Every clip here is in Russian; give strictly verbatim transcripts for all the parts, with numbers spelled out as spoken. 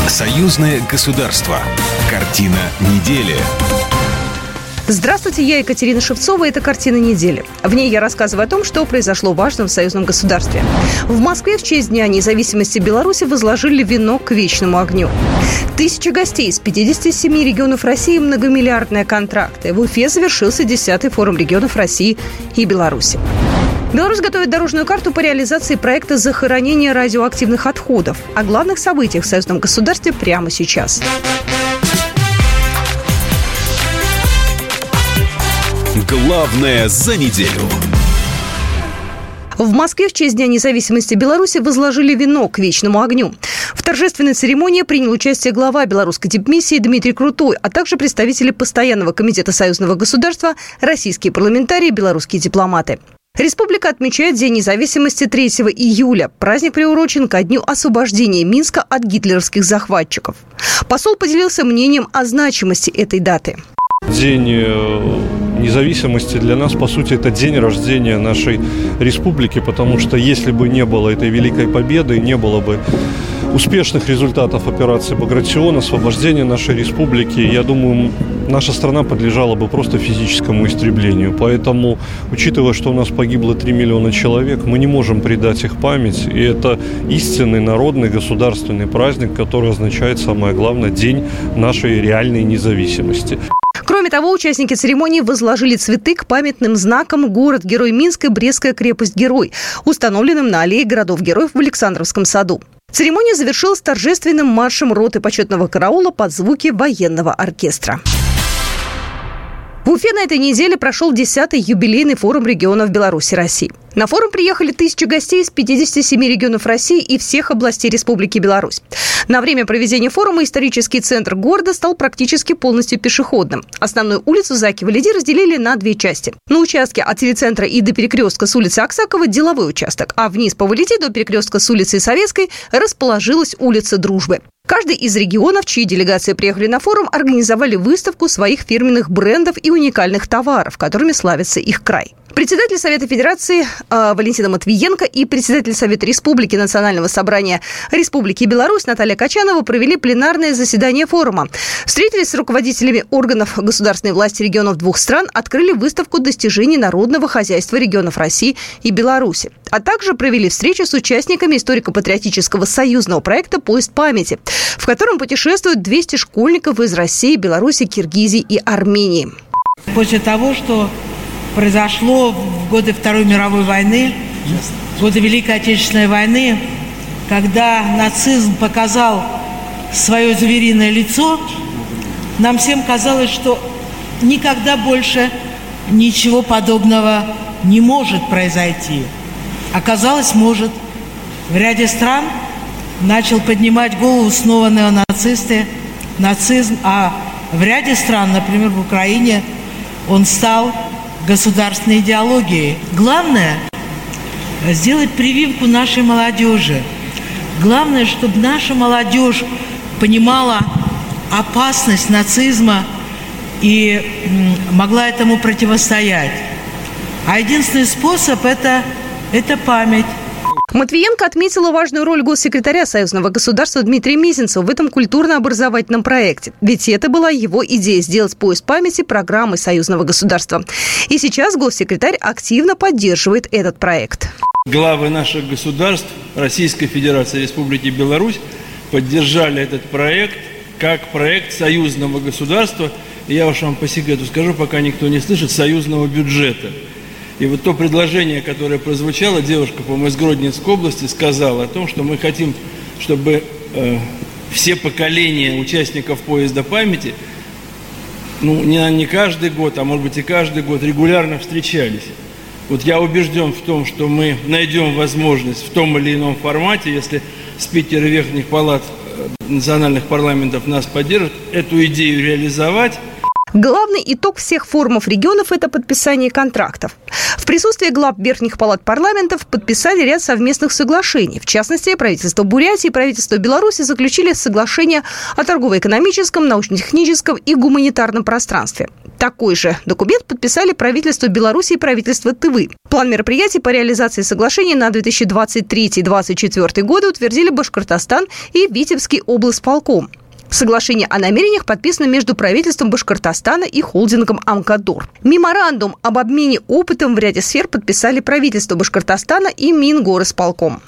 Союзное государство. Картина недели. Здравствуйте, я Екатерина Шевцова, это «Картина недели». В ней я рассказываю о том, что произошло важно в союзном государстве. В Москве в честь Дня независимости Беларуси возложили венок к вечному огню. Тысячи гостей из пятидесяти семи регионов России, многомиллиардные контракты. В Уфе завершился десятый форум регионов России и Беларуси. Беларусь готовит дорожную карту по реализации проекта захоронения радиоактивных отходов. О главных событиях в союзном государстве прямо сейчас. Главное за неделю. В Москве в честь Дня независимости Беларуси возложили венок к вечному огню. В торжественной церемонии принял участие глава белорусской дипмиссии Дмитрий Крутой, а также представители Постоянного комитета союзного государства, российские парламентарии, белорусские дипломаты. Республика отмечает День независимости третьего июля. Праздник приурочен ко дню освобождения Минска от гитлеровских захватчиков. Посол поделился мнением о значимости этой даты. День независимости для нас, по сути, это день рождения нашей республики, потому что если бы не было этой великой победы, не было бы успешных результатов операции «Багратион», освобождения нашей республики, я думаю, наша страна подлежала бы просто физическому истреблению. Поэтому, учитывая, что у нас погибло три миллиона человек, мы не можем предать их память. И это истинный народный государственный праздник, который означает, самое главное, день нашей реальной независимости. Кроме того, участники церемонии возложили цветы к памятным знакам «Город-герой Минск» и «Брестская крепость-герой», установленным на аллее городов-героев в Александровском саду. Церемония завершилась торжественным маршем роты почетного караула под звуки военного оркестра. В Уфе на этой неделе прошел десятый юбилейный форум регионов Беларуси и России. На форум приехали тысячи гостей из пятидесяти семи регионов России и всех областей Республики Беларусь. На время проведения форума исторический центр города стал практически полностью пешеходным. Основную улицу Заки-Валиди разделили на две части. На участке от телецентра и до перекрестка с улицы Аксакова – деловой участок, а вниз по Валиди до перекрестка с улицы Советской расположилась улица Дружбы. Каждый из регионов, чьи делегации приехали на форум, организовали выставку своих фирменных брендов и уникальных товаров, которыми славится их край. Председатель Совета Федерации э, Валентина Матвиенко и председатель Совета Республики Национального собрания Республики Беларусь Наталья Качанова провели пленарное заседание форума. Встретились с руководителями органов государственной власти регионов двух стран, открыли выставку достижений народного хозяйства регионов России и Беларуси, а также провели встречу с участниками историко-патриотического союзного проекта «Поезд памяти», в котором путешествуют двести школьников из России, Беларуси, Киргизии и Армении. После того, что произошло в годы Второй мировой войны, в годы Великой Отечественной войны, когда нацизм показал свое звериное лицо, нам всем казалось, что никогда больше ничего подобного не может произойти. Оказалось, может. В ряде стран начал поднимать голову снова неонацисты, нацизм, а в ряде стран, например, в Украине, он стал государственной идеологией. Главное – сделать прививку нашей молодежи. Главное, чтобы наша молодежь понимала опасность нацизма и могла этому противостоять. А единственный способ – это, это память. Матвиенко отметила важную роль госсекретаря союзного государства Дмитрия Мезенцева в этом культурно-образовательном проекте. Ведь это была его идея – сделать поезд памяти программой союзного государства. И сейчас госсекретарь активно поддерживает этот проект. Главы наших государств, Российской Федерации и Республики Беларусь, поддержали этот проект как проект союзного государства. И я уж вам по секрету скажу, пока никто не слышит, союзного бюджета. И вот то предложение, которое прозвучало, девушка, по-моему, из Гродненской области сказала о том, что мы хотим, чтобы э, все поколения участников поезда памяти, ну, не, не каждый год, а может быть и каждый год регулярно встречались. Вот я убежден в том, что мы найдем возможность в том или ином формате, если спикеры верхних палат национальных парламентов нас поддержат, эту идею реализовать. Главный итог всех форумов регионов – это подписание контрактов. В присутствии глав верхних палат парламентов подписали ряд совместных соглашений. В частности, правительство Бурятии и правительство Беларуси заключили соглашение о торгово-экономическом, научно-техническом и гуманитарном пространстве. Такой же документ подписали правительство Беларуси и правительство Тывы. План мероприятий по реализации соглашений на две тысячи двадцать третий — две тысячи двадцать четвёртый годы утвердили Башкортостан и Витебский облсполком. Соглашение о намерениях подписано между правительством Башкортостана и холдингом «Амкадор». Меморандум об обмене опытом в ряде сфер подписали правительство Башкортостана и Мингорисполком.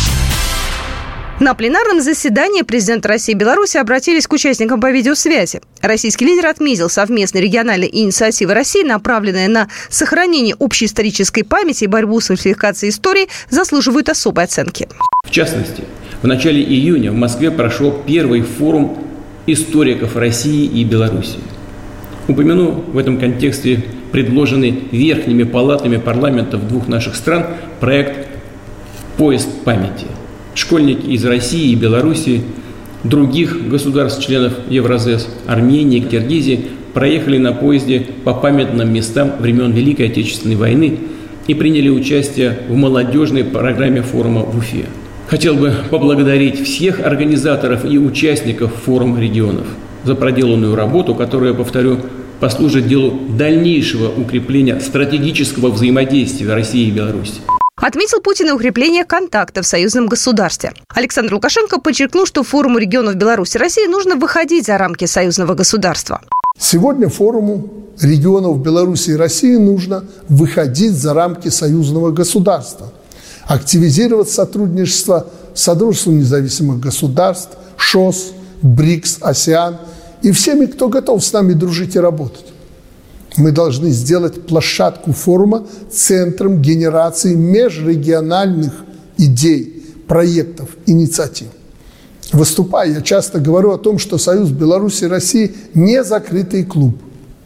На пленарном заседании президенты России и Беларуси обратились к участникам по видеосвязи. Российский лидер отметил, совместные региональные инициативы России, направленные на сохранение общей исторической памяти и борьбу с фальсификацией истории, заслуживают особой оценки. В частности, в начале июня в Москве прошел первый форум историков России и Беларуси. Упомяну в этом контексте предложенный верхними палатами парламентов двух наших стран проект «Поезд памяти». Школьники из России и Беларуси, других государств-членов Евразэс, Армении, Киргизии проехали на поезде по памятным местам времен Великой Отечественной войны и приняли участие в молодежной программе форума в Уфе. Хотел бы поблагодарить всех организаторов и участников форума регионов за проделанную работу, которая, повторю, послужит делу дальнейшего укрепления стратегического взаимодействия России и Беларуси. Отметил Путин и укрепление контактов в союзном государстве. Александр Лукашенко подчеркнул, что форуму регионов Беларуси и России нужно выходить за рамки союзного государства. Сегодня форуму регионов Беларуси и России нужно выходить за рамки союзного государства, активизировать сотрудничество с Содружеством независимых государств, ШОС, БРИКС, АСЕАН и всеми, кто готов с нами дружить и работать. Мы должны сделать площадку форума центром генерации межрегиональных идей, проектов, инициатив. Выступая, я часто говорю о том, что Союз Беларуси и России не закрытый клуб.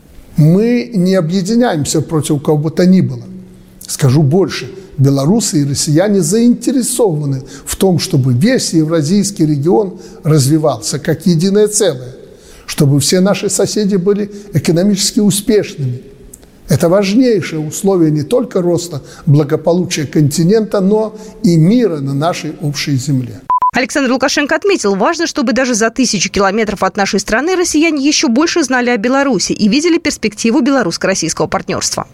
Мы не объединяемся против кого бы то ни было. Скажу больше. Белорусы и россияне заинтересованы в том, чтобы весь евразийский регион развивался как единое целое, чтобы все наши соседи были экономически успешными. Это важнейшее условие не только роста благополучия континента, но и мира на нашей общей земле. Александр Лукашенко отметил, важно, чтобы даже за тысячу километров от нашей страны россияне еще больше знали о Беларуси и видели перспективу белорусско-российского партнерства.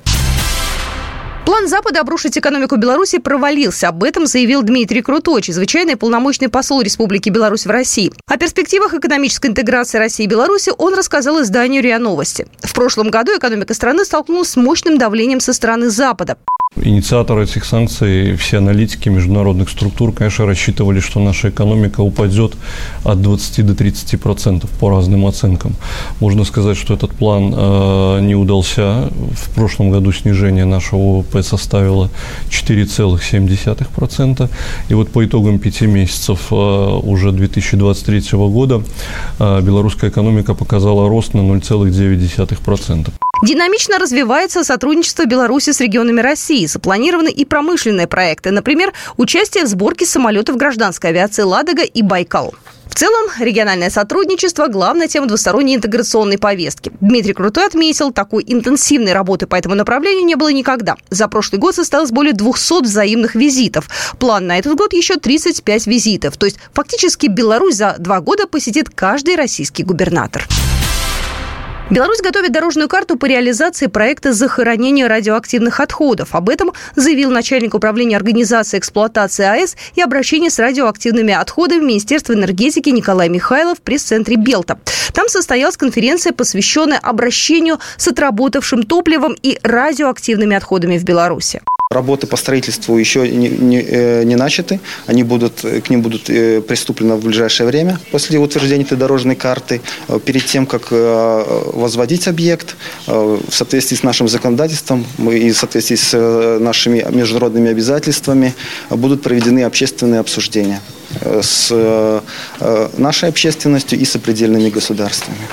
План Запада обрушить экономику Беларуси провалился. Об этом заявил Дмитрий Крутой, чрезвычайный полномочный посол Республики Беларусь в России. О перспективах экономической интеграции России и Беларуси он рассказал изданию РИА Новости. В прошлом году экономика страны столкнулась с мощным давлением со стороны Запада. Инициаторы этих санкций, все аналитики международных структур, конечно, рассчитывали, что наша экономика упадет от двадцати до тридцати процентов по разным оценкам. Можно сказать, что этот план э, не удался. В прошлом году снижение нашего ВВП составило четыре целых семь десятых процента. И вот по итогам пяти месяцев э, уже две тысячи двадцать третьего года э, белорусская экономика показала рост на ноль целых девять десятых процента. Динамично развивается сотрудничество Беларуси с регионами России. Запланированы и промышленные проекты. Например, участие в сборке самолетов гражданской авиации «Ладога» и «Байкал». В целом, региональное сотрудничество – главная тема двусторонней интеграционной повестки. Дмитрий Крутой отметил, такой интенсивной работы по этому направлению не было никогда. За прошлый год состоялось более двухсот взаимных визитов. План на этот год еще тридцать пять визитов. То есть, фактически, Беларусь за два года посетит каждый российский губернатор. Беларусь готовит дорожную карту по реализации проекта захоронения радиоактивных отходов. Об этом заявил начальник управления организации эксплуатации АЭС и обращения с радиоактивными отходами Министерства энергетики Николай Михайлов в пресс-центре «Белта». Там состоялась конференция, посвященная обращению с отработавшим топливом и радиоактивными отходами в Беларуси. Работы по строительству еще не, не, не начаты. Они будут, к ним будут приступлено в ближайшее время после утверждения этой дорожной карты. Перед тем, как возводить объект, в соответствии с нашим законодательством и в соответствии с нашими международными обязательствами будут проведены общественные обсуждения с нашей общественностью и с сопредельными государствами.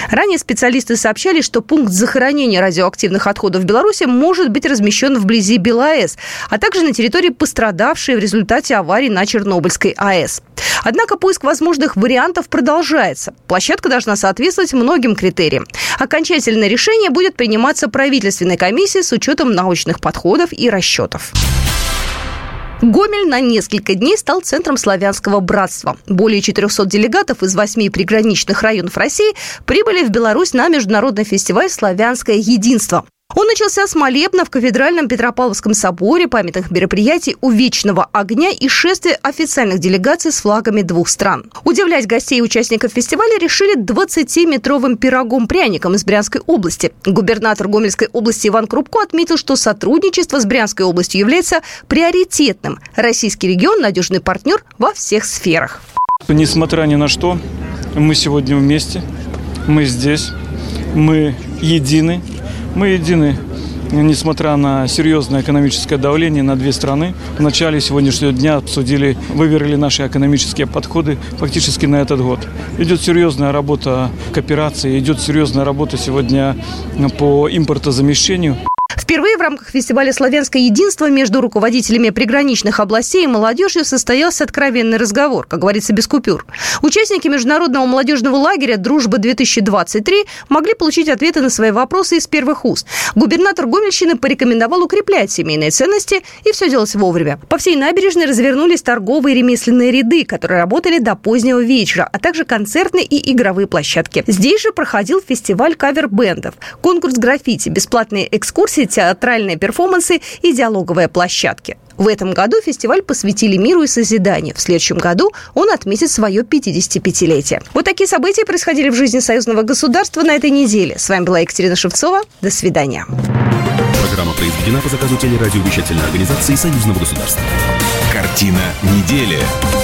Ранее специалисты сообщали, что пункт захоронения радиоактивных отходов в Беларуси может быть размещен вблизи БелАЭС, а также на территории, пострадавшей в результате аварии на Чернобыльской АЭС. Однако поиск возможных вариантов продолжается. Площадка должна соответствовать многим критериям. Окончательное решение будет приниматься правительственной комиссией с учетом научных подходов и расчетов. Гомель на несколько дней стал центром славянского братства. Более четырехсот делегатов из восьми приграничных районов России прибыли в Беларусь на международный фестиваль «Славянское единство». Он начался с молебна в кафедральном Петропавловском соборе, памятных мероприятий у Вечного огня и шествия официальных делегаций с флагами двух стран. Удивлять гостей и участников фестиваля решили двадцатиметровым пирогом-пряником из Брянской области. Губернатор Гомельской области Иван Крупко отметил, что сотрудничество с Брянской областью является приоритетным. Российский регион – надежный партнер во всех сферах. Несмотря ни на что, мы сегодня вместе, мы здесь, мы едины. Мы едины, несмотря на серьезное экономическое давление на две страны. В начале сегодняшнего дня обсудили, выверили наши экономические подходы фактически на этот год. Идет серьезная работа кооперации, идет серьезная работа сегодня по импортозамещению. Впервые в рамках фестиваля «Славянское единство» между руководителями приграничных областей и молодежью состоялся откровенный разговор, как говорится, без купюр. Участники международного молодежного лагеря «Дружба-две тысячи двадцать три» могли получить ответы на свои вопросы из первых уст. Губернатор Гомельщины порекомендовал укреплять семейные ценности и все делать вовремя. По всей набережной развернулись торговые и ремесленные ряды, которые работали до позднего вечера, а также концертные и игровые площадки. Здесь же проходил фестиваль кавер-бендов, конкурс граффити, бесплатные экскурсии, театральные перформансы и диалоговые площадки. В этом году фестиваль посвятили миру и созиданию. В следующем году он отметит свое пятидесятипятилетие. Вот такие события происходили в жизни союзного государства на этой неделе. С вами была Екатерина Шевцова. До свидания. Программа произведена по заказу телерадиовещательной организации союзного государства. Картина недели.